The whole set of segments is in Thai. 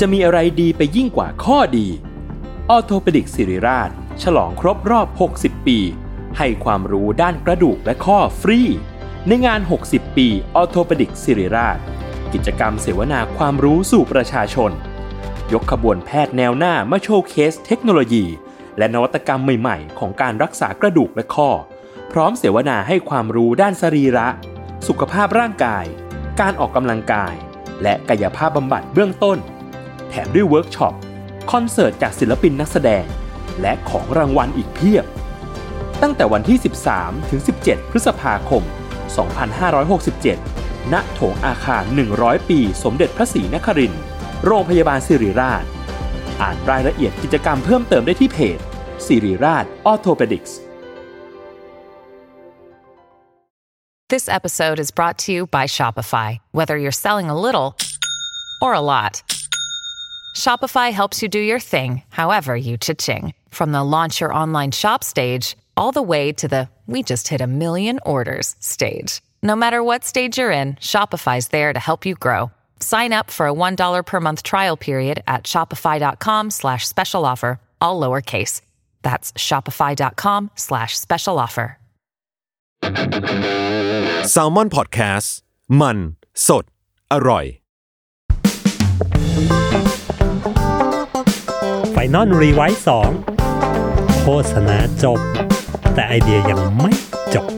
จะมีอะไรดีไปยิ่งกว่าข้อดีออร์โธเปดิกศิริราชฉลองครบรอบ60ปีให้ความรู้ด้านกระดูกและข้อฟรีในงาน60ปีออร์โธเปดิกศิริราชกิจกรรมเสวนาความรู้สู่ประชาชนยกขบวนแพทย์แนวหน้ามาโชว์เคสเทคโนโลยีและนวัตกรรมใหม่ๆของการรักษากระดูกและข้อพร้อมเสวนาให้ความรู้ด้านสรีระสุขภาพร่างกายการออกกำลังกายและกายภาพบำบัดเบื้องต้นแถมด้วยเวิร์กช็อปคอนเสิร์ตจากศิลปินนักแสดงและของรางวัลอีกเพียบตั้งแต่วันที่ 13 ถึง 17 พฤษภาคม 2567 ณ โถงอาคาร 100 ปีสมเด็จพระศรีนครินทร์โรงพยาบาลศิริราชอ่านรายละเอียดกิจกรรมเพิ่มเติมได้ที่เพจศิริราชออร์โธเปดิกส์ This episode is brought to you by Shopify. Whether you're selling a little or a lot, Shopify helps you do your thing, however you cha-ching. From the launch your online shop stage, all the way to the we just hit 1 million orders stage. No matter what stage you're in, Shopify's there to help you grow. Sign up for a $1 per month trial period at shopify.com/special offer, all lowercase. That's shopify.com/special offer. Salmon Podcast มันสดอร่อย Final Rewrite 2โฆษณาจบแต่ไอเดียยังไม่จบ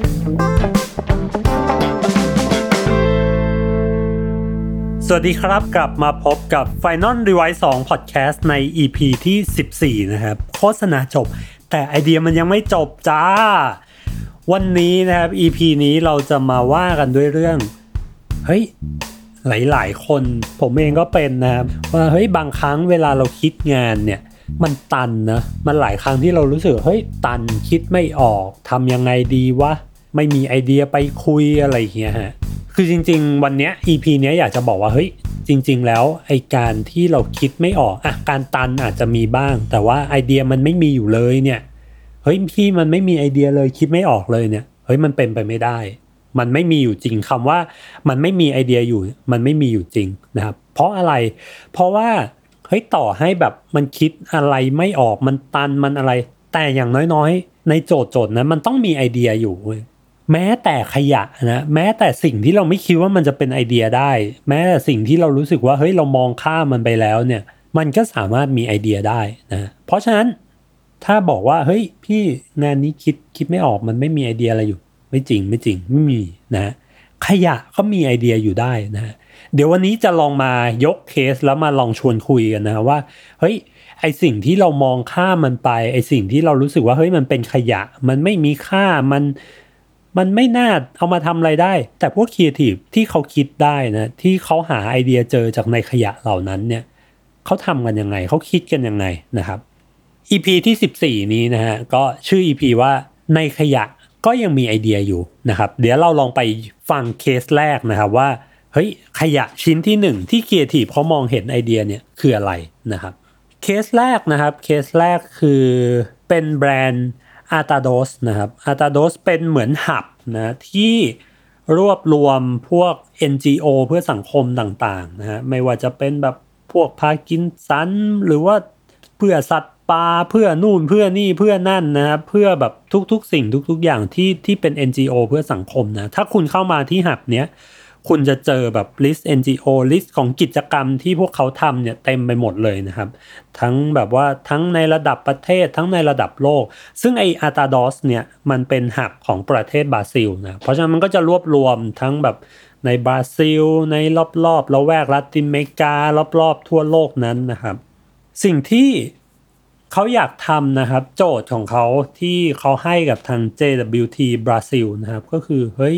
สวัสดีครับกลับมาพบกับ Final Rewrite 2 Podcast ใน EP ที่14นะครับโฆษณาจบแต่ไอเดียมันยังไม่จบจ้าวันนี้นะครับ EP นี้เราจะมาว่ากันด้วยเรื่องเฮ้ยหลายๆคนผมเองก็เป็นนะครับว่าเฮ้ยบางครั้งเวลาเราคิดงานเนี่ยมันตันนะมันหลายครั้งที่เรารู้สึกเฮ้ยตันคิดไม่ออกทำยังไงดีวะไม่มีไอเดียไปคุยอะไรอย่างเงี้ยฮะคือจริงๆวันเนี้ย EP เนี้ยอยากจะบอกว่าเฮ้ยจริงๆแล้วไอการที่เราคิดไม่ออกการตันอาจจะมีบ้างแต่ว่าไอเดียมันไม่มีอยู่เลยเนี่ยเฮ้ยพี่มันไม่มีไอเดียเลยคิดไม่ออกเลยเนี่ยเฮ้ยมันเป็นไปไม่ได้มันไม่มีอยู่จริงคำว่ามันไม่มีไอเดียอยู่มันไม่มีอยู่จริงนะครับเพราะอะไรเพราะว่าเฮ้ยต่อให้แบบมันคิดอะไรไม่ออกมันตันมันอะไรแต่อย่างน้อยๆในโจทย์นั้นมันต้องมีไอเดียอยู่เว้ยแม้แต่ขยะนะแม้แต่สิ่งที่เราไม่คิดว่ามันจะเป็นไอเดียได้แม้แต่สิ่งที่เรารู้สึกว่าเฮ้ยเรามองข้ามมันไปแล้วเนี่ยมันก็สามารถมีไอเดียได้นะเพราะฉะนั้นถ้าบอกว่าเฮ้ยพี่งานนี้คิดไม่ออกมันไม่มีไอเดียอะไรอยู่ไม่จริงไม่มีนะขยะก็มีไอเดียอยู่ได้นะเดี๋ยววันนี้จะลองมายกเคสแล้วมาลองชวนคุยกันนะว่าเฮ้ยไอสิ่งที่เรามองข้ามมันไปไอสิ่งที่เรารู้สึกว่าเฮ้ยมันเป็นขยะมันไม่มีค่ามันไม่น่าเอามาทำอะไรได้แต่พวกครีเอทีฟที่เขาคิดได้นะที่เขาหาไอเดียเจอจากในขยะเหล่านั้นเนี่ยเขาทำกันยังไงเขาคิดกันยังไงนะครับ EP ที่14นี้นะฮะก็ชื่อ EP ว่าในขยะก็ยังมีไอเดียอยู่นะครับเดี๋ยวเราลองไปฟังเคสแรกนะครับว่าเฮ้ยขยะชิ้นที่1ที่ครีเอทีฟเขามองเห็นไอเดียเนี่ยคืออะไรนะครับเคสแรกนะครับเคสแรกคือเป็นแบรนด์ Artados นะครับ Artados เป็นเหมือนหับนะที่รวบรวมพวก NGO เพื่อสังคมต่างๆนะฮะไม่ว่าจะเป็นแบบพวกพาร์กินสันหรือว่าเพื่อสัตว์ป่าเพื่อนู่นเพื่อนี่เพื่อนั่นนะครับเพื่อแบบทุกๆสิ่งทุกๆอย่างที่เป็น NGO เพื่อสังคมนะถ้าคุณเข้ามาที่หับเนี้ยคุณจะเจอแบบลิสต์ NGO ลิสต์ของกิจกรรมที่พวกเขาทำเนี่ยเต็มไปหมดเลยนะครับทั้งแบบว่าทั้งในระดับประเทศทั้งในระดับโลกซึ่งไอ Artados เนี่ยมันเป็นหับของประเทศบราซิลนะเพราะฉะนั้นมันก็จะรวบรวมทั้งแบบในบราซิลในรอบๆละแวกลาตินอเมริการอบๆทั่วโลกนั้นนะครับสิ่งที่เขาอยากทำนะครับโจทย์ของเขาที่เขาให้กับทาง JWT บราซิลนะครับก็คือเฮ้ย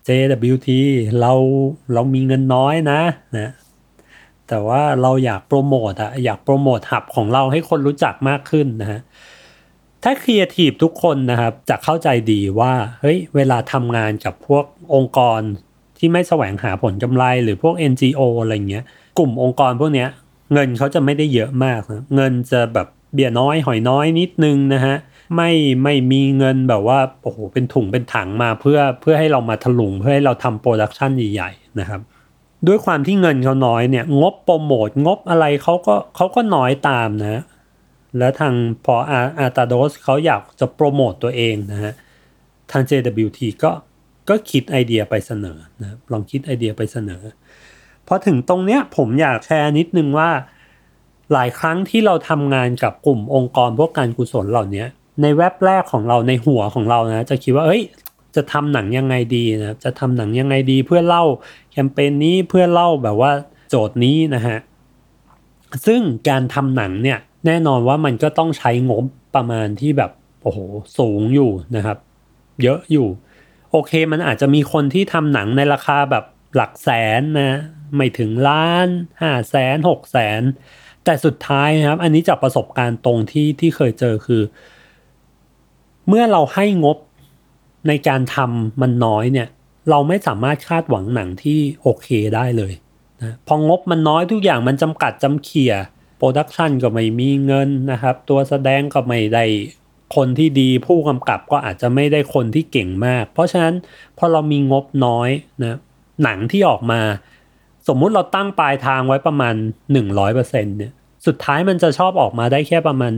JWT เรามีเงินน้อยนะแต่ว่าเราอยากโปรโมทหับของเราให้คนรู้จักมากขึ้นนะฮะถ้าครีเอทีฟทุกคนนะครับจะเข้าใจดีว่าเฮ้ยเวลาทำงานกับพวกองค์กรที่ไม่แสวงหาผลกำไรหรือพวก NGO อะไรเงี้ยกลุ่มองค์กรพวกเนี้ยเงินเขาจะไม่ได้เยอะมากนะเงินจะแบบเบี้ยน้อยหอยน้อยนิดนึงนะฮะไม่มีเงินแบบว่าโอ้โหเป็นถุงเป็นถังมาเพื่อให้เรามาถลุงเพื่อให้เราทำโปรดักชันใหญ่ๆนะครับด้วยความที่เงินเขาน้อยเนี่ยงบโปรโมทงบอะไรเขาก็น้อยตามนะแล้วทางพออาตาโดสเขาอยากจะโปรโมตตัวเองนะฮะทาง JWT ก็คิดไอเดียไปเสนอนะลองคิดไอเดียไปเสนอพอถึงตรงเนี้ยผมอยากแชร์นิดนึงว่าหลายครั้งที่เราทำงานกับกลุ่มองค์กรพวกการกุศลเหล่านี้ในแว็บแรกของเราในหัวของเรานะจะคิดว่าจะทำหนังยังไงดีนะจะทำหนังยังไงดีเพื่อเล่าแคมเปญนี้เพื่อเล่าแบบว่าโจทย์นี้นะฮะซึ่งการทำหนังเนี่ยแน่นอนว่ามันก็ต้องใช้งบประมาณที่แบบโอ้โหสูงอยู่นะครับเยอะอยู่โอเคมันอาจจะมีคนที่ทำหนังในราคาแบบหลักแสนนะไม่ถึงล้าน500,000 600,000แต่สุดท้ายนะครับอันนี้จากประสบการณ์ตรงที่เคยเจอคือเมื่อเราให้งบในการทำมันน้อยเนี่ยเราไม่สามารถคาดหวังหนังที่โอเคได้เลยนะพองบมันน้อยทุกอย่างมันจำกัดจำเขี่ยโปรดักชันก็ไม่มีเงินนะครับตัวแสดงก็ไม่ได้คนที่ดีผู้กำกับก็อาจจะไม่ได้คนที่เก่งมากเพราะฉะนั้นพอเรามีงบน้อยนะหนังที่ออกมาสมมุติเราตั้งปลายทางไว้ประมาณ 100% เนี่ยสุดท้ายมันจะชอบออกมาได้แค่ประมาณ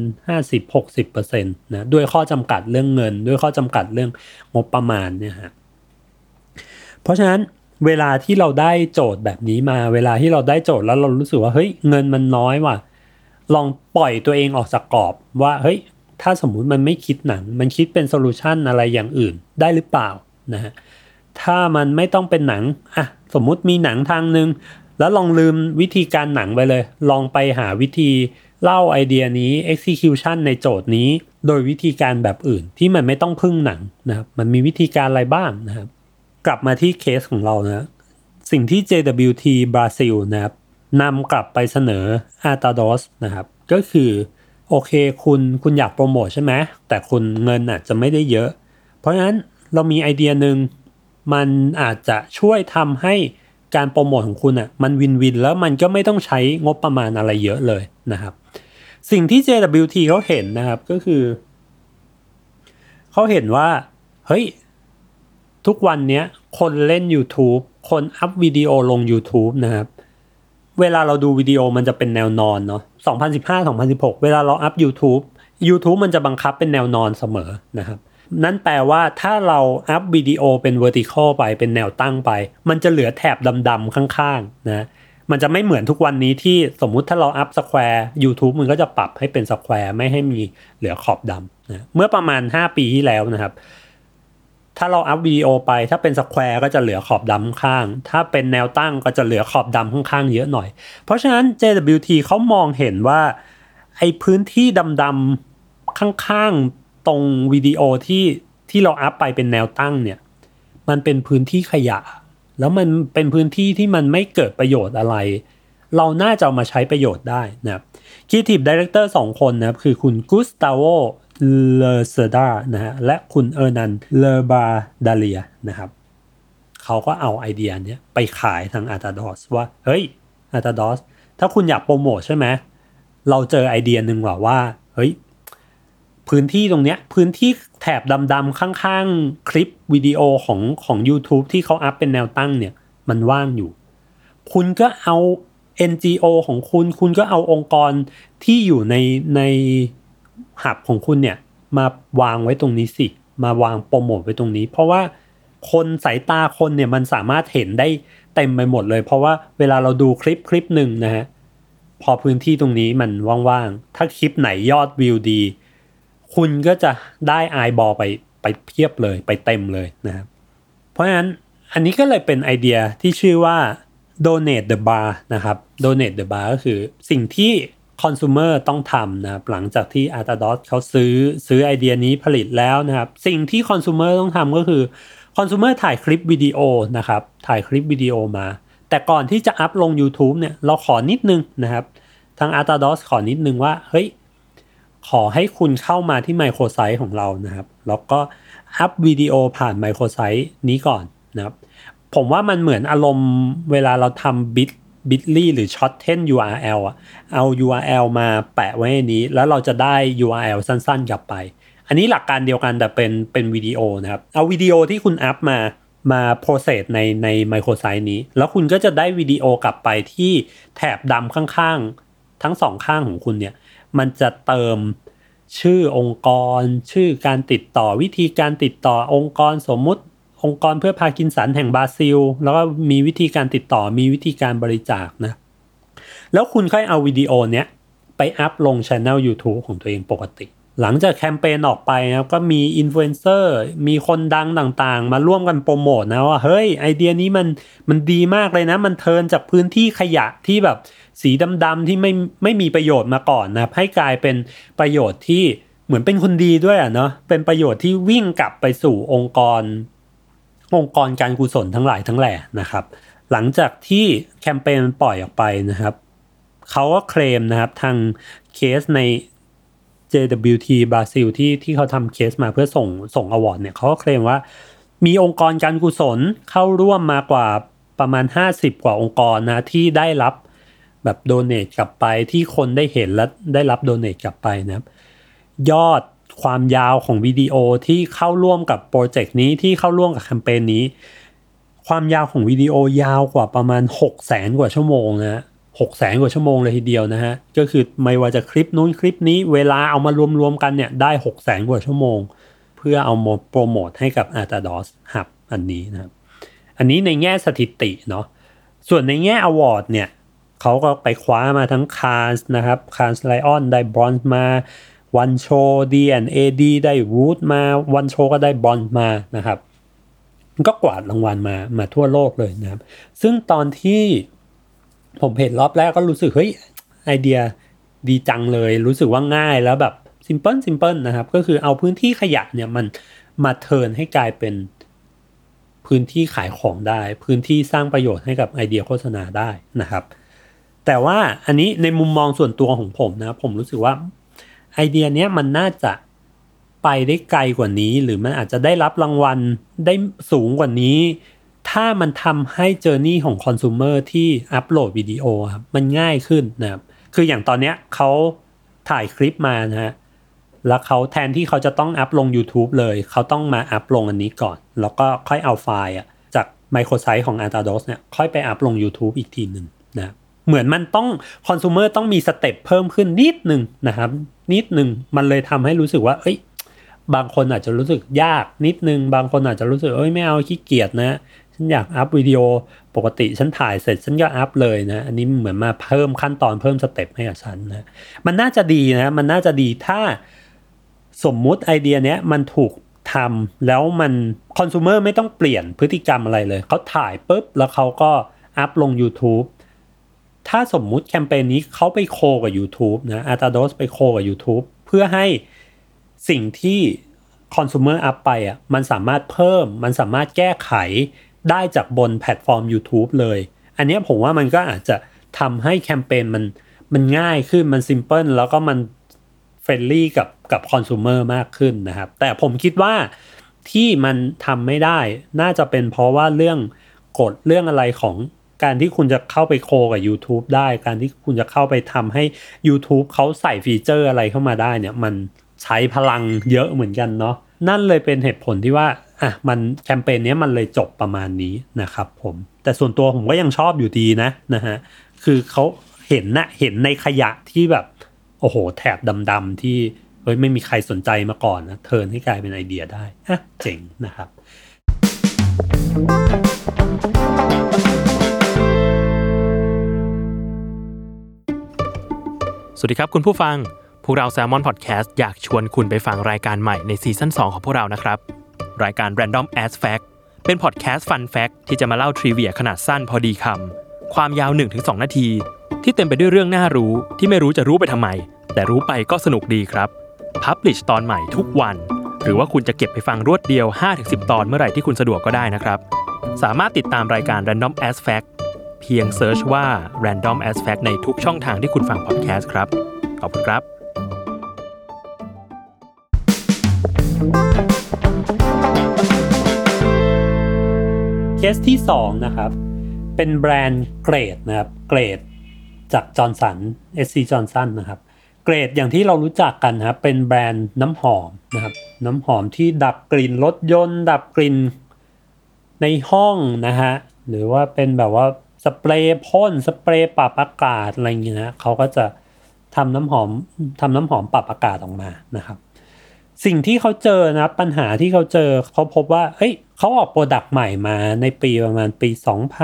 50-60% นะด้วยข้อจำกัดเรื่องเงินด้วยข้อจำกัดเรื่องงบประมาณเนี่ยฮะเพราะฉะนั้นเวลาที่เราได้โจทย์แบบนี้มาเวลาที่เราได้โจทย์แล้วเรารู้สึกว่าเฮ้ยเงินมันน้อยว่ะลองปล่อยตัวเองออกจากกรอบว่าเฮ้ยถ้าสมมุติมันไม่คิดหนังมันคิดเป็นโซลูชันอะไรอย่างอื่นได้หรือเปล่านะฮะถ้ามันไม่ต้องเป็นหนังสมมุติมีหนังทางนึงแล้วลองลืมวิธีการหนังไปเลยลองไปหาวิธีเล่าไอเดียนี้ execution ในโจทย์นี้โดยวิธีการแบบอื่นที่มันไม่ต้องพึ่งหนังนะครับมันมีวิธีการอะไรบ้างนะครับกลับมาที่เคสของเรานะสิ่งที่ JWT บราซิลนะครับนำกลับไปเสนอ Atados นะครับก็คือโอเคคุณอยากโปรโมทใช่ไหมแต่คุณเงินอาจจะไม่ได้เยอะเพราะฉะนั้นเรามีไอเดียนึงมันอาจจะช่วยทำให้การโปรโมทของคุณมันวินแล้วมันก็ไม่ต้องใช้งบประมาณอะไรเยอะเลยนะครับสิ่งที่ JWT เขาเห็นนะครับก็คือเขาเห็นว่าเฮ้ยทุกวันนี้คนเล่น YouTube คนอัพวิดีโอลง YouTube นะครับเวลาเราดูวิดีโอมันจะเป็นแนวนอนเนาะ2015-2016เวลาเราอัพ YouTube มันจะบังคับเป็นแนวนอนเสมอนะครับนั่นแปลว่าถ้าเราอัพวิดีโอเป็น vertical ไปเป็นแนวตั้งไปมันจะเหลือแถบดำๆข้างๆนะมันจะไม่เหมือนทุกวันนี้ที่สมมุติถ้าเราอัพสแควร์ YouTube มันก็จะปรับให้เป็นสแควร์ไม่ให้มีเหลือขอบดำนะเมื่อประมาณ5ปีที่แล้วนะครับถ้าเราอัพวิดีโอไปถ้าเป็นสแควร์ก็จะเหลือขอบดำข้างถ้าเป็นแนวตั้งก็จะเหลือขอบดำข้างๆเยอะหน่อยเพราะฉะนั้น JWT เขามองเห็นว่าไอ้พื้นที่ดำๆข้างๆตรงวิดีโอที่เราอัพไปเป็นแนวตั้งเนี่ยมันเป็นพื้นที่ขยะแล้วมันเป็นพื้นที่ที่มันไม่เกิดประโยชน์อะไรเราน่าจะเอามาใช้ประโยชน์ได้นะครับ Creative Director 2 คนนะครับคือคุณกุสตาโวเลเซดานะฮะและคุณเออร์นันเลบาดาเลียนะครับเขาก็เอาไอเดียนี้ไปขายทาง Atados ว่าเฮ้ย Atados ถ้าคุณอยากโปรโมทใช่ไหมเราเจอไอเดียหนึ่งว่าเฮ้ยพื้นที่ตรงเนี้ยพื้นที่แถบดำๆข้างๆคลิปวิดีโอของ YouTube ที่เขาอัพเป็นแนวตั้งเนี่ยมันว่างอยู่คุณก็เอา NGO ของคุณก็เอาองค์กรที่อยู่ในหับของคุณเนี่ยมาวางไว้ตรงนี้สิมาวางโปรโมทไว้ตรงนี้เพราะว่าคนสายตาคนเนี่ยมันสามารถเห็นได้เต็มไปหมดเลยเพราะว่าเวลาเราดูคลิปหนึ่งนะฮะพอพื้นที่ตรงนี้มันว่างๆถ้าคลิปไหนยอดวิวดีคุณก็จะได้ไอบอลไปเพียบเลยไปเต็มเลยนะครับเพราะฉะนั้นอันนี้ก็เลยเป็นไอเดียที่ชื่อว่า Donate the Bar นะครับ Donate the Bar ก็คือสิ่งที่คอน sumer ต้องทำนะครับหลังจากที่ Atados เขาซื้อไอเดียนี้ผลิตแล้วนะครับสิ่งที่คอน sumer ต้องทำก็คือคอน sumer ถ่ายคลิปวิดีโอนะครับถ่ายคลิปวิดีโอมาแต่ก่อนที่จะอัพลง YouTube เนี่ยเราขอนิดนึงนะครับทาง Atados ขอนิดนึงว่าเฮ้ยขอให้คุณเข้ามาที่ไมโครไซต์ของเรานะครับแล้วก็อัพวิดีโอผ่านไมโครไซต์นี้ก่อนนะครับผมว่ามันเหมือนอารมณ์เวลาเราทำBitly หรือ Shorten URL เอา URL มาแปะไว้ในนี้แล้วเราจะได้ URL สั้นๆกลับไปอันนี้หลักการเดียวกันแต่เป็นวิดีโอนะครับเอาวิดีโอที่คุณอัพมามา process ในไมโครไซต์นี้แล้วคุณก็จะได้วิดีโอกลับไปที่แถบดำข้างๆทั้งสองข้างของคุณเนี่ยมันจะเติมชื่อองค์กรชื่อการติดต่อวิธีการติดต่อองค์กรสมมุติองค์กรเพื่อพาร์กินสันแห่งบราซิลแล้วก็มีวิธีการติดต่อมีวิธีการบริจาคนะแล้วคุณค่อยเอาวิดีโอเนี้ยไปอัพลง channel YouTube ของตัวเองปกติหลังจากแคมเปญออกไปนะครับก็มีอินฟลูเอนเซอร์มีคนดังต่างๆมาร่วมกันโปรโมทนะว่าเฮ้ยไอเดียนี้มันดีมากเลยนะมันเทิร์นจากพื้นที่ขยะที่แบบสีดำๆที่ไม่มีประโยชน์มาก่อนนะให้กลายเป็นประโยชน์ที่เหมือนเป็นคนดีด้วยอ่ะเนาะเป็นประโยชน์ที่วิ่งกลับไปสู่องค์กรการกุศลทั้งหลายทั้งแหล่นะครับหลังจากที่แคมเปญปล่อยออกไปนะครับเขาก็เคลมนะครับทางเคสใน JWT บราซิลที่เขาทำเคสมาเพื่อส่งอวอร์ดเนี่ยเขาก็เคลมว่ามีองค์กรการกุศลเข้าร่วมมากว่าประมาณ50กว่าองค์กรนะที่ได้รับแบบโดเนทกลับไปที่คนได้เห็นและได้รับโดเนทกลับไปนะครับยอดความยาวของวิดีโอที่เข้าร่วมกับโปรเจกต์นี้ที่เข้าร่วมกับแคมเปญนี้ความยาวของวิดีโอยาวกว่าประมาณ 600,000 กว่าชั่วโมงนะ600,000 กว่าชั่วโมงเลยทีเดียวนะฮะก็คือไม่ว่าจะคลิปนู้นคลิปนี้เวลาเอามารวมๆกันเนี่ยได้ 600,000 กว่าชั่วโมงเพื่อเอามาโปรโมทให้กับ Atados Hub อันนี้นะครับอันนี้ในแง่สถิติเนาะส่วนในแง่อวอร์ดเนี่ยเขาก็ไปคว้ามาทั้ง Cannes นะครับ Cannes Lion ได้ Bronze มาวันโชว์ D&AD ได้ Wood มาวันโชว์ก็ได้ Bronze มานะครับก็กวาดรางวัลมาทั่วโลกเลยนะครับซึ่งตอนที่ผมเห็นรอบแรกก็รู้สึกเฮ้ยไอเดียดีจังเลยรู้สึกว่าง่ายแล้วแบบซิมเพิลนะครับก็คือเอาพื้นที่ขยะเนี่ยมันมาเทิร์นให้กลายเป็นพื้นที่ขายของได้พื้นที่สร้างประโยชน์ให้กับไอเดียโฆษณาได้นะครับแต่ว่าอันนี้ในมุมมองส่วนตัวของผมนะผมรู้สึกว่าไอเดียเนี้ยมันน่าจะไปได้ไกลกว่านี้หรือมันอาจจะได้รับรางวัลได้สูงกว่านี้ถ้ามันทำให้เจอร์นี่ของคอน sumer ที่อัปโหลดวิดีโอครับมันง่ายขึ้นนะครับคืออย่างตอนเนี้ยเขาถ่ายคลิปมานะฮะแล้วเขาแทนที่เขาจะต้องอัปลง YouTube เลยเขาต้องมาอัปลงอันนี้ก่อนแล้วก็ค่อยเอาไฟล์จากไมโครไซต์ของ Atados เนี่ยค่อยไปอัปลง YouTube อีกทีนึงนะเหมือนมันต้องคอน sumer ต้องมีสเต็ปเพิ่มขึ้นนิดนึงนะครับนิดนึงมันเลยทำให้รู้สึกว่าเอ้ยบางคนอาจจะรู้สึกยากนิดนึงบางคนอาจจะรู้สึกเอ้ยไม่เอาขี้เกียจนะฉันอยากอัพวิดีโอปกติฉันถ่ายเสร็จฉันก็อัพเลยนะอันนี้เหมือนมาเพิ่มขั้นตอนเพิ่มสเต็ปให้กับฉันนะมันน่าจะดีนะมันน่าจะดีถ้าสมมุติไอเดียเนี้ยมันถูกทำแล้วมันคอน sumer ไม่ต้องเปลี่ยนพฤติกรรมอะไรเลยเขาถ่ายปุ๊บแล้วเขาก็อัพลง YouTube ถ้าสมมุติแคมเปญนี้เขาไปโคกับ YouTube นะ Atados ไปโคกับ YouTube เพื่อให้สิ่งที่คอน sumer อัพไปมันสามารถเพิ่มมันสามารถแก้ไขได้จากบนแพลตฟอร์ม YouTube เลยอันนี้ผมว่ามันก็อาจจะทำให้แคมเปญมันง่ายขึ้นมันซิมเพิลแล้วก็มันเฟรนลี่กับคอน sumer มากขึ้นนะครับแต่ผมคิดว่าที่มันทำไม่ได้น่าจะเป็นเพราะว่าเรื่องกฎเรื่องอะไรของการที่คุณจะเข้าไปโคกับ YouTube ได้การที่คุณจะเข้าไปทำให้ YouTube เขาใส่ฟีเจอร์อะไรเข้ามาได้เนี่ยมันใช้พลังเยอะเหมือนกันเนาะนั่นเลยเป็นเหตุผลที่ว่ามันแคมเปญนี้มันเลยจบประมาณนี้นะครับผมแต่ส่วนตัวผมก็ยังชอบอยู่ดีนะฮะคือเขาเห็นในขยะที่แบบโอ้โหแถบดำๆที่ไม่มีใครสนใจมาก่อนนะเทิร์นให้กลายเป็นไอเดียได้เจ๋งนะครับสวัสดีครับคุณผู้ฟังพวกเรา Salmon Podcast อยากชวนคุณไปฟังรายการใหม่ในซีซั่น2ของพวกเรานะครับรายการ Random As Fact เป็นพอดแคสต์ Fun Fact ที่จะมาเล่าทริเวียขนาดสั้นพอดีคำความยาว 1-2 นาทีที่เต็มไปด้วยเรื่องน่ารู้ที่ไม่รู้จะรู้ไปทำไมแต่รู้ไปก็สนุกดีครับ Publish ตอนใหม่ทุกวันหรือว่าคุณจะเก็บไปฟังรวดเดียว 5-10 ตอนเมื่อไหร่ที่คุณสะดวกก็ได้นะครับสามารถติดตามรายการ Random As Fact เพียงเซิร์ชว่า Random As Fact ในทุกช่องทางที่คุณฟังพอดแคสต์ครับขอบคุณครับเคสที่2นะครับเป็นแบรนด์เกรดนะครับเกรดจากจอห์นสัน SC Johnson นะครับเกรดอย่างที่เรารู้จักกันนะครับเป็นแบรนด์น้ำหอมนะครับน้ำหอมที่ดับกลิ่นรถยนต์ดับกลิ่นในห้องนะฮะหรือว่าเป็นแบบว่าสเปรย์พ่นสเปรย์ปรับอากาศอะไรอย่างเงี้ยนะเขาก็จะทำน้ำหอมปรับอากาศออกมานะครับสิ่งที่เขาเจอนะปัญหาที่เขาเจอเขาพบว่าเขาออกโปรดักต์ใหม่มาในปีประมาณปี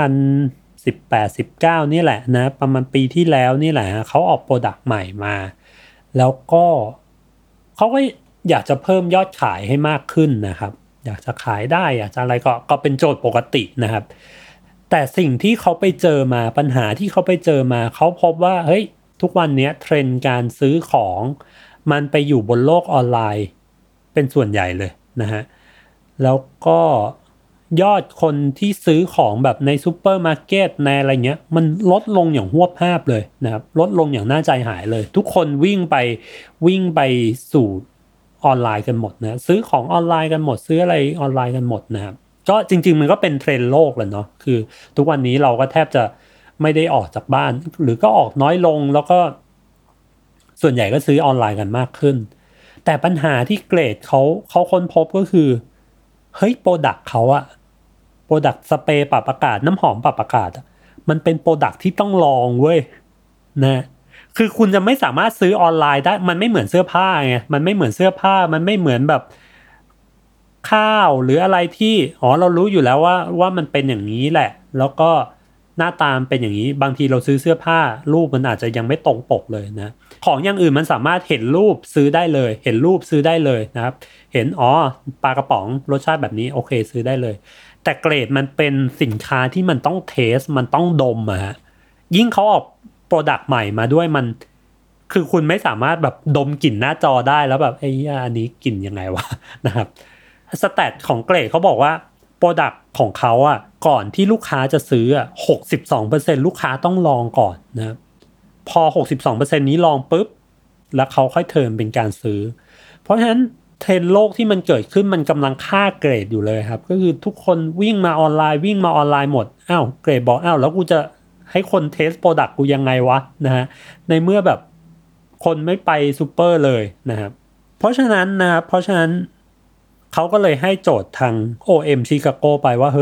2018-19นี่แหละนะประมาณปีที่แล้วนี่แหละเขาออกโปรดักต์ใหม่มาแล้วก็เขาก็อยากจะเพิ่มยอดขายให้มากขึ้นนะครับอยากจะขายได้อยากจะอะไรก็เป็นโจทย์ปกตินะครับแต่สิ่งที่เขาไปเจอมาปัญหาที่เขาไปเจอมาเขาพบว่าทุกวันนี้เทรนด์การซื้อของมันไปอยู่บนโลกออนไลน์เป็นส่วนใหญ่เลยนะฮะแล้วก็ยอดคนที่ซื้อของแบบในซูเปอร์มาร์เก็ตในอะไรเงี้ยมันลดลงอย่างหวบภาพเลยนะครับลดลงอย่างน่าใจหายเลยทุกคนวิ่งไปสู่ออนไลน์กันหมดนะซื้อของออนไลน์กันหมดซื้ออะไรออนไลน์กันหมดนะครับก็จริงๆมันก็เป็นเทรนด์โลกแหละเนาะคือทุกวันนี้เราก็แทบจะไม่ได้ออกจากบ้านหรือก็ออกน้อยลงแล้วก็ส่วนใหญ่ก็ซื้อออนไลน์กันมากขึ้นแต่ปัญหาที่เกรดเขาค้นพบก็คือโปรดักต์เขาอะโปรดักต์สเปรย์ปรับอากาศน้ำหอมปรับอากาศมันเป็นโปรดักต์ที่ต้องลองเว้ยนะคือคุณจะไม่สามารถซื้อออนไลน์ได้มันไม่เหมือนเสื้อผ้าไงมันไม่เหมือนเสื้อผ้ามันไม่เหมือนแบบข้าวหรืออะไรที่เรารู้อยู่แล้วว่ามันเป็นอย่างนี้แหละแล้วก็หน้าตามเป็นอย่างนี้บางทีเราซื้อเสื้อผ้ารูปมันอาจจะยังไม่ตรงปกเลยนะของอย่างอื่นมันสามารถเห็นรูปซื้อได้เลยเห็นรูปซื้อได้เลยนะครับเห็นปลากระป๋องรสชาติแบบนี้โอเคซื้อได้เลยแต่เกรดมันเป็นสินค้าที่มันต้องเทสมันต้องดมฮะยิ่งเขาออกโปรดักต์ใหม่มาด้วยมันคือคุณไม่สามารถแบบดมกลิ่นหน้าจอได้แล้วแบบอันนี้กลิ่นยังไงวะนะครับสแตทของเกรดเขาบอกว่าโปรดักต์ของเขาก่อนที่ลูกค้าจะซื้อ62% ลูกค้าต้องลองก่อนนะครับพอ 62% นี้ลองปุ๊บแล้วเขาค่อยเทิร์นเป็นการซื้อเพราะฉะนั้นเทรนด์โลกที่มันเกิดขึ้นมันกำลังฆ่าเกรดอยู่เลยครับก็คือทุกคนวิ่งมาออนไลน์หมดเกรดบอกแล้วกูจะให้คนเทสโปรดักต์กูยังไงวะนะฮะในเมื่อแบบคนไม่ไปซูเปอร์เลยนะครับเพราะฉะนั้นเขาก็เลยให้โจทย์ทาง OM ชิคาโกไปว่า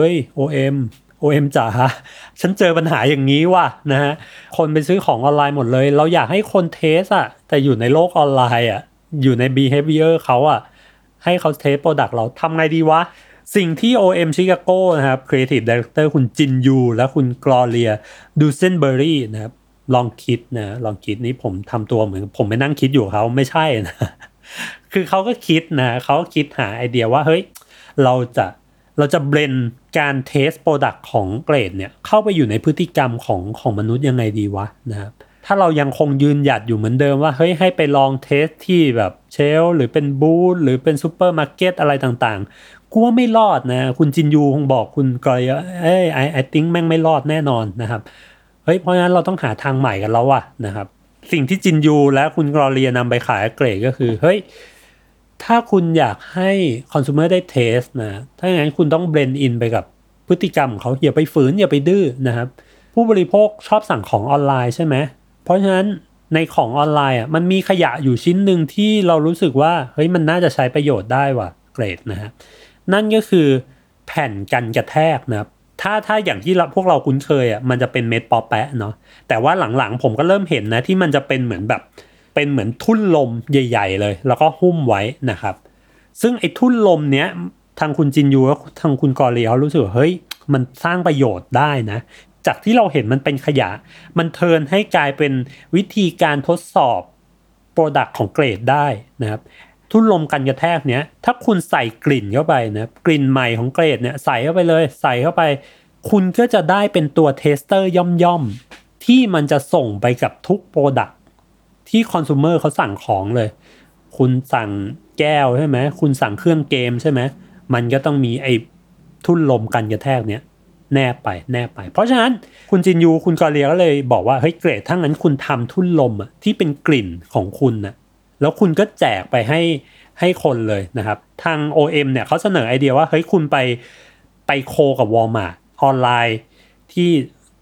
OM จ๋าฉันเจอปัญหาอย่างนี้ว่ะนะฮะคนไปซื้อของออนไลน์หมดเลยเราอยากให้คนเทสแต่อยู่ในโลกออนไลน์อยู่ใน behavior เขาให้เขาเทสโปรดักต์เราทำไงดีวะสิ่งที่ OM Chicago นะครับ Creative Director คุณจินยูและคุณกลอเรียดูเซนเบอรี่นะครับลองคิดนี้ผมทำตัวเหมือนผมไปนั่งคิดอยู่เขาไม่ใช่นะคือเขาก็คิดหาไอเดียว่าเราจะเบลนการเทสโปรดักต์ของเกรดเนี่ยเข้าไปอยู่ในพฤติกรรมของมนุษย์ยังไงดีวะนะครับถ้าเรายังคงยืนหยัดอยู่เหมือนเดิมว่าให้ไปลองเทสที่แบบเชลหรือเป็นบูธหรือเป็นซูเปอร์มาร์เก็ตอะไรต่างๆกูว่าไม่รอดนะคุณจินยูคงบอกคุณกอยไอติ้งแม่งไม่รอดแน่นอนนะครับเพราะฉะนั้นเราต้องหาทางใหม่กันแล้วว่ะนะครับสิ่งที่จินยูและคุณกอเรียนำไปขายเกรดก็คือถ้าคุณอยากให้คอน sumer ได้เทสนะถ้าอย่างนั้นคุณต้องเบลนด์อินไปกับพฤติกรรมของเขาอย่าไปฝืนอย่าไปดื้อนะครับผู้บริโภคชอบสั่งของออนไลน์ใช่ไหมเพราะฉะนั้นในของออนไลน์มันมีขยะอยู่ชิ้นหนึ่งที่เรารู้สึกว่ามันน่าจะใช้ประโยชน์ได้ว่ะเกรดนะฮะนั่นก็คือแผ่นกันกระแทกนะครับถ้าอย่างที่พวกเราคุ้นเคยมันจะเป็นเม็ดปอแปะเนาะแต่ว่าหลังๆผมก็เริ่มเห็นนะที่มันจะเป็นเหมือนแบบเป็นเหมือนทุ่นลมใหญ่ๆเลยแล้วก็หุ้มไว้นะครับซึ่งไอ้ทุ่นลมเนี้ยทางคุณจินยูและทางคุณกอเรียเขารู้สึกว่ามันสร้างประโยชน์ได้นะจากที่เราเห็นมันเป็นขยะมันเทิร์นให้กลายเป็นวิธีการทดสอบโปรดักต์ของเกรดได้นะครับทุ่นลมกันกระแทกเนี้ยถ้าคุณใส่กลิ่นเข้าไปนะกลิ่นใหม่ของเกรดเนี่ยใส่เข้าไปเลยใส่เข้าไปคุณก็จะได้เป็นตัวเทสเตอร์ย่อมๆที่มันจะส่งไปกับทุกโปรดักต์ที่คอน sumer เขาสั่งของเลยคุณสั่งแก้วใช่ไหมคุณสั่งเครื่องเกมใช่ไหมมันก็ต้องมีไอ้ทุ่นลมกันกระแทกเนี้ยแนบไปเพราะฉะนั้นคุณจินยูคุณกอเรียก็เลยบอกว่าเกรดถ้างั้นคุณทำทุ่นลมที่เป็นกลิ่นของคุณนะแล้วคุณก็แจกไปให้คนเลยนะครับทาง OM เนี่ยเขาเสนอไอเดียว่าคุณไปโคกับ Walmart ออนไลน์ที่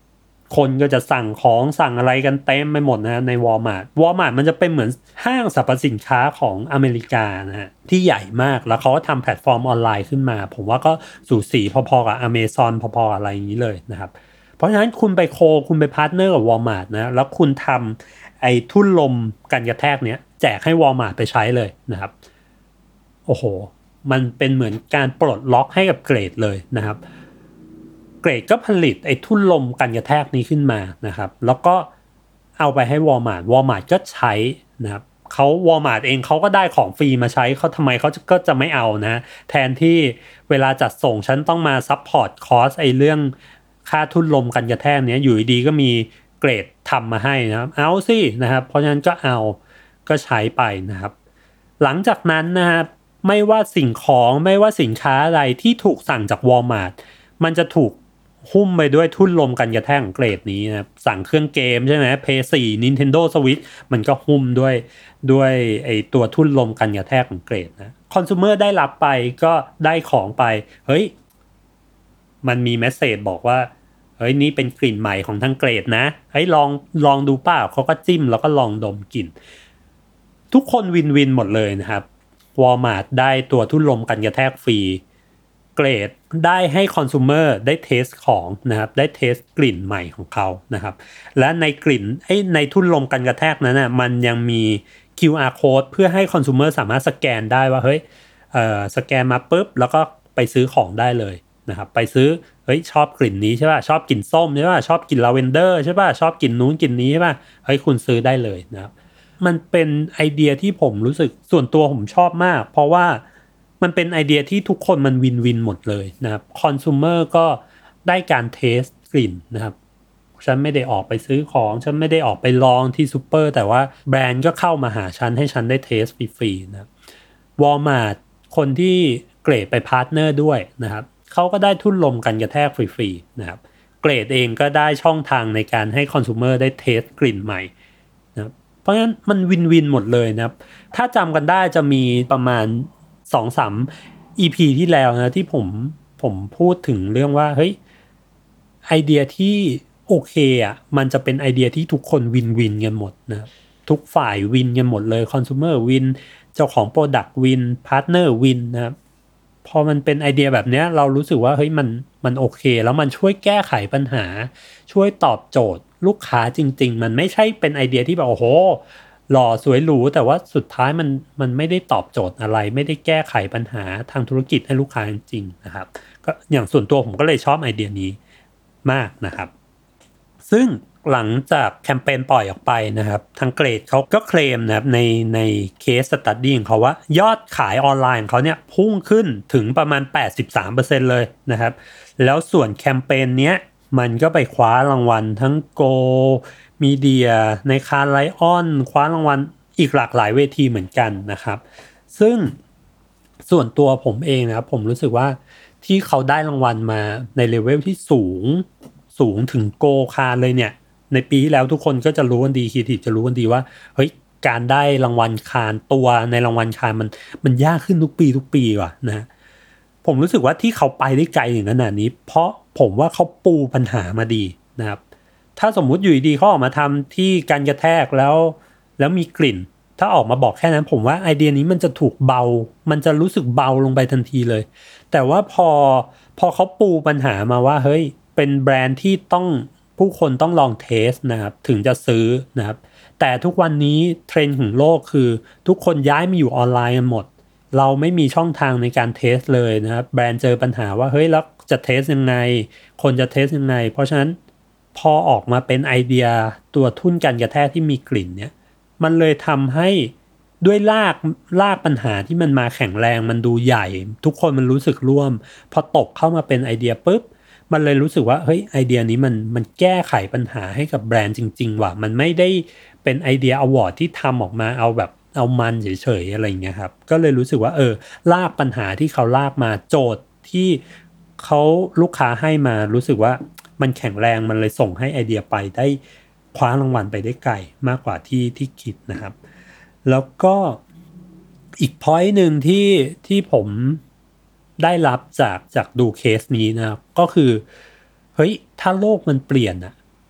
คนก็จะสั่งของสั่งอะไรกันเต็มไปหมดนะใน Walmart มันจะเป็นเหมือนห้างสรรพสินค้าของอเมริกานะฮะที่ใหญ่มากแล้วเขาก็ทำแพลตฟอร์มออนไลน์ขึ้นมาผมว่าก็สูสีพอๆกับ Amazon พอๆอะไรอย่างนี้เลยนะครับเพราะฉะนั้นคุณไปพาร์ทเนอร์กับ Walmart นะแล้วคุณทำไอ้ทุ่นลมกันกระแทกเนี้ยแจกให้ Walmart ไปใช้เลยนะครับโอ้โหมันเป็นเหมือนการปลดล็อกให้กับเกรดเลยนะครับเกรดก็ผลิตไอ้ทุ่นลมกันกระแทกนี้ขึ้นมานะครับแล้วก็เอาไปให้ Walmart ก็ใช้นะครับWalmart เองเขาก็ได้ของฟรีมาใช้เขาทำไมเขาก็จะไม่เอานะแทนที่เวลาจัดส่งฉันต้องมาซัพพอร์ตคอสไอ้เรื่องค่าทุ่นลมกันกระแทกเนี้ยอยู่ดีก็มีเกรดทำมาให้นะครับเอาสินะครับเพราะฉะนั้นก็ใช้ไปนะครับหลังจากนั้นนะครับไม่ว่าสิ่งของไม่ว่าสินค้าอะไรที่ถูกสั่งจาก Walmart มันจะถูกหุ้มไปด้วยทุ่นลมกันกระแทกของเกรดนี้นะครับสั่งเครื่องเกมใช่ไหม PS4 Nintendo Switch มันก็หุ้มด้วยไอตัวทุ่นลมกันกระแทกของเกรดนะคอน sumer ได้รับไปก็ได้ของไปเฮ้ยมันมีเมสเสจบอกว่าเฮ้ยนี่เป็นกลิ่นใหม่ของทั้งเกรดนะเฮ้ยลองดูเปล่าเขาก็จิ้มแล้วก็ลองดมกลิ่นทุกคนวินหมดเลยนะครับ Walmart ได้ตัวทุ่นลมกันกระแทกฟรีเกรดได้ให้คอน sumer ได้เทสของนะครับได้เทสกลิ่นใหม่ของเขานะครับและในกลิ่นในทุ่นลมกันกระแทกนั้นน่ะมันยังมี QR code เพื่อให้คอน sumer สามารถสแกนได้ว่าเฮ้ยสแกนมาปุ๊บแล้วก็ไปซื้อของได้เลยนะครับไปซื้อเฮ้ยชอบกลิ่นนี้ใช่ป่ะชอบกลิ่นส้มใช่ป่ะชอบกลิ่นลาเวนเดอร์ใช่ป่ะชอบกลิ่นนู้นกลิ่นนี้ใช่ป่ะเฮ้ยคุณซื้อได้เลยนะครับมันเป็นไอเดียที่ผมรู้สึกส่วนตัวผมชอบมากเพราะว่ามันเป็นไอเดียที่ทุกคนมันวินหมดเลยนะครับคอน sumer ก็ได้การเทสกลิ่นนะครับฉันไม่ได้ออกไปซื้อของฉันไม่ได้ออกไปลองที่ซูเปอร์แต่ว่าแบรนด์ก็เข้ามาหาฉันให้ฉันได้เทสฟรีๆนะครับ Walmart คนที่เกรดไปพาร์ทเนอร์ด้วยนะครับเขาก็ได้ทุ่นลมกันกระแทกฟรีๆนะครับเกรดเองก็ได้ช่องทางในการให้คอน sumer ได้เทสกลิ่นใหม่นะครับเพราะฉะนั้นมันวินหมดเลยนะครับถ้าจำกันได้จะมีประมาณ 2-3 EP ที่แล้วนะที่ผมพูดถึงเรื่องว่าเฮ้ยไอเดียที่โอเคอ่ะมันจะเป็นไอเดียที่ทุกคนวินกันหมดนะทุกฝ่ายวินกันหมดเลยคอน sumer วินเจ้าของ product วินพาร์ทเนอร์วินนะครับพอมันเป็นไอเดียแบบนี้เรารู้สึกว่าเฮ้ยมันโอเคแล้วมันช่วยแก้ไขปัญหาช่วยตอบโจทย์ลูกค้าจริงๆมันไม่ใช่เป็นไอเดียที่แบบโอ้โหหล่อสวยหรูแต่ว่าสุดท้ายมันไม่ได้ตอบโจทย์อะไรไม่ได้แก้ไขปัญหาทางธุรกิจให้ลูกค้าจริงๆนะครับก็อย่างส่วนตัวผมก็เลยชอบไอเดียนี้มากนะครับซึ่งหลังจากแคมเปญปล่อยออกไปนะครับทางเกรดเขาก็เคลมนะครับในเคสสตั๊ดดี้ของเขาว่ายอดขายออนไลน์ของเขาเนี่ยพุ่งขึ้นถึงประมาณ 83% เลยนะครับแล้วส่วนแคมเปญเนี้ยมันก็ไปคว้ารางวัลทั้ง Go Media ในคานไลออนคว้ารางวัลอีกหลากหลายเวทีเหมือนกันนะครับซึ่งส่วนตัวผมเองนะครับผมรู้สึกว่าที่เขาได้รางวัลมาในเลเวลที่สูงถึงโกคานเลยเนี่ยในปีที่แล้วทุกคนก็จะรู้กันดีครีเอทีฟจะรู้กันดีว่าเฮ้ยการได้รางวัลคานตัวในรางวัลคานมันยากขึ้นทุกปีว่ะนะผมรู้สึกว่าที่เขาไปได้ไกลถึงขนาดนี้เพราะผมว่าเขาปูปัญหามาดีนะครับถ้าสมมุติอยู่ดีเขาออกมาทำที่การกระแทกแล้วมีกลิ่นถ้าออกมาบอกแค่นั้นผมว่าไอเดียนี้มันจะถูกเบามันจะรู้สึกเบาลงไปทันทีเลยแต่ว่าพอเขาปูปัญหามาว่าเฮ้ยเป็นแบรนด์ที่ผู้คนต้องลองเทสนะครับถึงจะซื้อนะครับแต่ทุกวันนี้เทรนด์ของโลกคือทุกคนย้ายมาอยู่ออนไลน์กันหมดเราไม่มีช่องทางในการเทสเลยนะครับแบรนด์เจอปัญหาว่าเฮ้ยแล้วจะเทสยังไงคนจะเทสยังไงเพราะฉะนั้นพอออกมาเป็นไอเดียตัวทุ่นกันกระแทกที่มีกลิ่นเนี่ยมันเลยทำให้ด้วยลากปัญหาที่มันมาแข็งแรงมันดูใหญ่ทุกคนมันรู้สึกร่วมพอตกเข้ามาเป็นไอเดียปุ๊บมันเลยรู้สึกว่าเฮ้ยไอเดียนี้มันแก้ไขปัญหาให้กับแบรนด์จริงๆว่ะมันไม่ได้เป็นไอเดียอวอร์ดที่ทำออกมาเอามันเฉยๆอะไรอย่างเงี้ยครับก็เลยรู้สึกว่าลากปัญหาที่เขาลากมาโจทย์ที่เขาลูกค้าให้มารู้สึกว่ามันแข็งแรงมันเลยส่งให้ไอเดียไปได้คว้ารางวัลไปได้ไกลมากกว่าที่คิดนะครับแล้วก็อีก point นึงที่ผมได้รับจากดูเคสนี้นะครับก็คือเฮ้ยถ้าโลกมันเปลี่ยน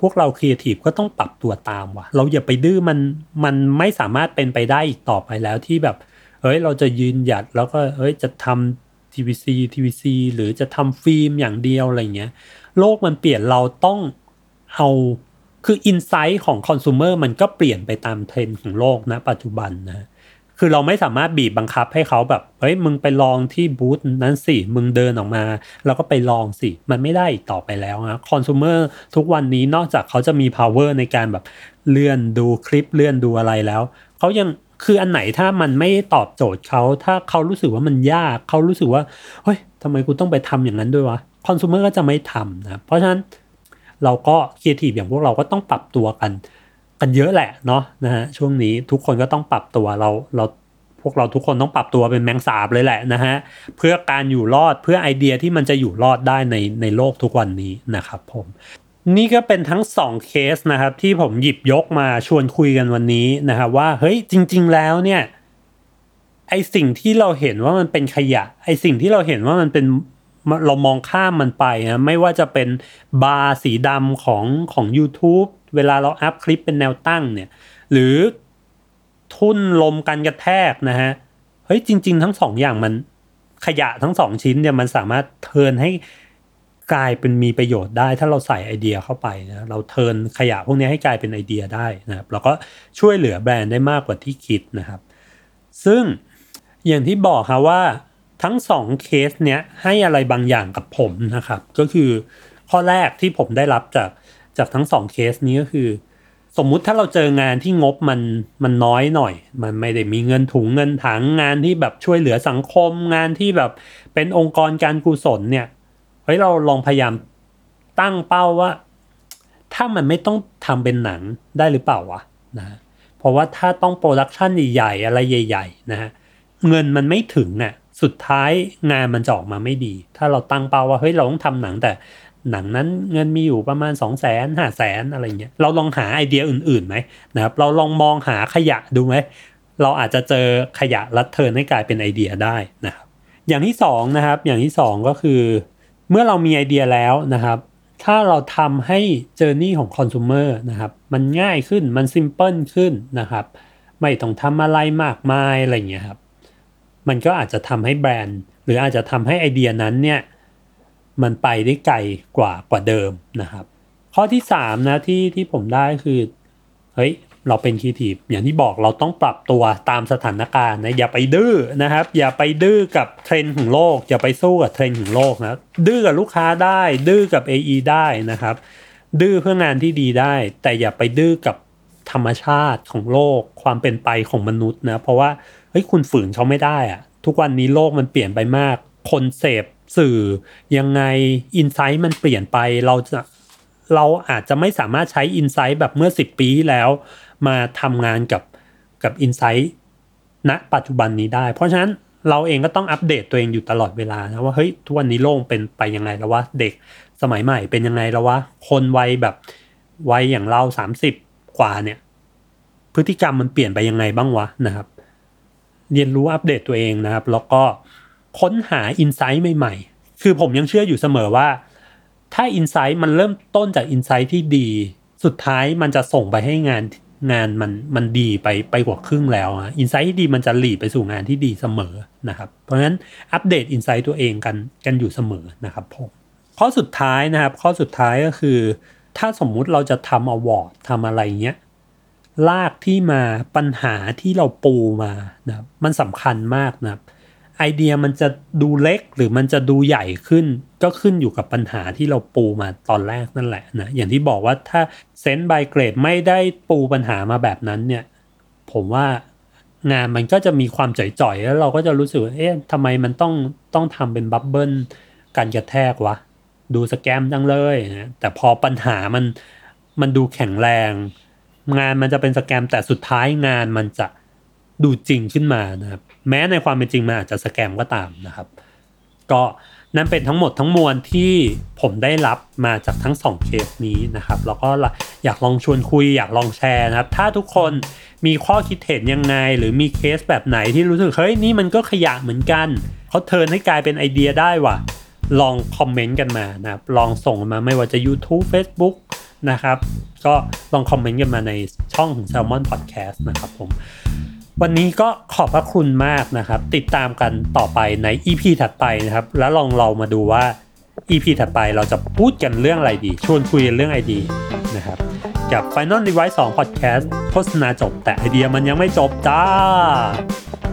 พวกเราครีเอทีฟก็ต้องปรับตัวตามว่ะเราอย่าไปดื้อมันไม่สามารถเป็นไปได้อีกต่อไปแล้วที่แบบเราจะยืนหยัดแล้วก็จะทำ TVC หรือจะทำฟิล์มอย่างเดียวอะไรเงี้ยโลกมันเปลี่ยนเราต้องเอาคืออินไซต์ของคอน sumer มันก็เปลี่ยนไปตามเทรนด์ของโลกนะปัจจุบันนะคือเราไม่สามารถบีบบังคับให้เขาแบบมึงไปลองที่บูธนั้นสิมึงเดินออกมาแล้วก็ไปลองสิมันไม่ได้ต่อไปแล้วนะคอน sumer ทุกวันนี้นอกจากเขาจะมี power ในการแบบเลื่อนดูคลิปเลื่อนดูอะไรแล้วเขายังคืออันไหนถ้ามันไม่ตอบโจทย์เขาถ้าเขารู้สึกว่ามันยากเขารู้สึกว่าทำไมกูต้องไปทำอย่างนั้นด้วยวะคอน sumer ก็จะไม่ทำนะเพราะฉะนั้นเราก็ครีเอทีฟอย่างพวกเราก็ต้องปรับตัวกันเยอะแหละเนาะนะฮะช่วงนี้ทุกคนก็ต้องปรับตัวพวกเราทุกคนต้องปรับตัวเป็นแมงสาบเลยแหละนะฮะเพื่อการอยู่รอดเพื่อไอเดียที่มันจะอยู่รอดได้ในโลกทุกวันนี้นะครับผมนี่ก็เป็นทั้ง2เคสนะครับที่ผมหยิบยกมาชวนคุยกันวันนี้นะครับว่าจริงๆแล้วเนี่ยไอสิ่งที่เราเห็นว่ามันเป็นขยะไอสิ่งที่เราเห็นว่ามันเป็นเรามองข้ามมันไปนะไม่ว่าจะเป็นบาร์สีดำของ YouTube เวลาเราอัพคลิปเป็นแนวตั้งเนี่ยหรือทุ่นลมกันกระแทกนะฮะจริงๆทั้ง2อย่างมันขยะทั้ง2ชิ้นเนี่ยมันสามารถเทิร์นให้กลายเป็นมีประโยชน์ได้ถ้าเราใส่ไอเดียเข้าไปนะเราเทิร์นขยะพวกนี้ให้กลายเป็นไอเดียได้นะครับแล้วก็ช่วยเหลือแบรนด์ได้มากกว่าที่คิดนะครับซึ่งอย่างที่บอกครับว่าทั้ง2เคสเนี้ยให้อะไรบางอย่างกับผมนะครับก็คือข้อแรกที่ผมได้รับจากทั้ง2เคสนี้ก็คือสมมุติถ้าเราเจองานที่งบมันน้อยหน่อยมันไม่ได้มีเงินถุงเงินถังงานที่แบบช่วยเหลือสังคมงานที่แบบเป็นองค์กรการกุศลเนี่ยเราลองพยายามตั้งเป้าว่าถ้ามันไม่ต้องทำเป็นหนังได้หรือเปล่าวะนะเพราะว่าถ้าต้องโปรดักชันใหญ่ๆอะไรใหญ่ๆนะฮะเงินมันไม่ถึงอ่ะสุดท้ายงานมันจะออกมาไม่ดีถ้าเราตั้งเป้าว่าเราต้องทำหนังแต่หนังนั้นเงินมีอยู่ประมาณ 200,000 500,000 อะไรเงี้ยเราลองหาไอเดียอื่นๆไหมนะครับเราลองมองหาขยะดูไหมเราอาจจะเจอขยะลัดเทิร์นให้กลายเป็นไอเดียได้นะครับอย่างที่2นะครับอย่างที่2ก็คือเมื่อเรามีไอเดียแล้วนะครับถ้าเราทำให้เจอร์นี่ของคอน sumer นะครับมันง่ายขึ้นมันซิมเพิลขึ้นนะครับไม่ต้องทำอะไรมากมายอะไรเงี้ยครับมันก็อาจจะทำให้แบรนด์หรืออาจจะทำให้ไอเดียนั้นเนี่ยมันไปได้ไกลกว่าเดิมนะครับข้อที่3นะที่ผมได้คือเราเป็นครีเอทีฟอย่างที่บอกเราต้องปรับตัวตามสถานการณ์นะอย่าไปดื้อนะครับอย่าไปดื้อกับเทรนด์ของโลกอย่าไปสู้กับเทรนด์ของโลกนะดื้อกับลูกค้าได้ดื้อกับ AE ได้นะครับดื้อเพื่องานที่ดีได้แต่อย่าไปดื้อกับธรรมชาติของโลกความเป็นไปของมนุษย์นะเพราะว่าคุณฝืนเขาไม่ได้อะทุกวันนี้โลกมันเปลี่ยนไปมากคนเสพสื่อยังไงอินไซต์มันเปลี่ยนไปเราอาจจะไม่สามารถใช้อินไซต์แบบเมื่อ10 ปีที่แล้วมาทำงานกับอินไซต์ณปัจจุบันนี้ได้เพราะฉะนั้นเราเองก็ต้องอัปเดตตัวเองอยู่ตลอดเวลานะว่าทุกวันนี้โลกเป็นไปยังไงแล้ววะเด็กสมัยใหม่เป็นยังไงแล้ววะคนวัยอย่างเรา30กว่าเนี่ยพฤติกรรมมันเปลี่ยนไปยังไงบ้างวะนะครับเรียนรู้อัปเดตตัวเองนะครับแล้วก็ค้นหาอินไซต์ใหม่ๆคือผมยังเชื่ออยู่เสมอว่าถ้าอินไซต์มันเริ่มต้นจากอินไซต์ที่ดีสุดท้ายมันจะส่งไปให้งานมันดีไปกว่าครึ่งแล้วอินไซต์ที่ดีมันจะหลีดไปสู่งานที่ดีเสมอนะครับเพราะฉะนั้นอัปเดตอินไซต์ตัวเองกันอยู่เสมอนะครับผมข้อสุดท้ายนะครับข้อสุดท้ายก็คือถ้าสมมุติเราจะทำอวอร์ดทำอะไรเงี้ยลากที่มาปัญหาที่เราปูมานะครับมันสำคัญมากนะครับไอเดียมันจะดูเล็กหรือมันจะดูใหญ่ขึ้นก็ขึ้นอยู่กับปัญหาที่เราปูมาตอนแรกนั่นแหละนะอย่างที่บอกว่าถ้าเซนส์บายเกรดไม่ได้ปูปัญหามาแบบนั้นเนี่ยผมว่างานมันก็จะมีความจ่อยๆแล้วเราก็จะรู้สึกว่าทำไมมันต้องทำเป็นบับเบิ้ลการกระแทกวะดูสแกมจังเลยนะแต่พอปัญหามันดูแข็งแรงงานมันจะเป็นสแกมแต่สุดท้ายงานมันจะดูจริงขึ้นมานะครับแม้ในความเป็นจริงมันอาจจะสแกมก็ตามนะครับก็นั่นเป็นทั้งหมดทั้งมวลที่ผมได้รับมาจากทั้ง2เคสนี้นะครับแล้วก็อยากลองชวนคุยอยากลองแชร์นะครับถ้าทุกคนมีข้อคิดเห็นยังไงหรือมีเคสแบบไหนที่รู้สึกนี่มันก็ขยะเหมือนกันเขาเทิร์นให้กลายเป็นไอเดียได้ว่ะลองคอมเมนต์กันมานะครับลองส่งมาไม่ว่าจะ YouTube Facebook นะครับก็ลองคอมเมนต์กันมาในช่องของ Salmon Podcast นะครับผมวันนี้ก็ขอบพระคุณมากนะครับติดตามกันต่อไปใน EP ถัดไปนะครับแล้วลองเรามาดูว่า EP ถัดไปเราจะพูดกันเรื่องอะไรดีชวนคุยกันเรื่องไอเดียนะครับกับ Final Device 2 Podcast โฆษณาจบแต่ไอเดียมันยังไม่จบจ้า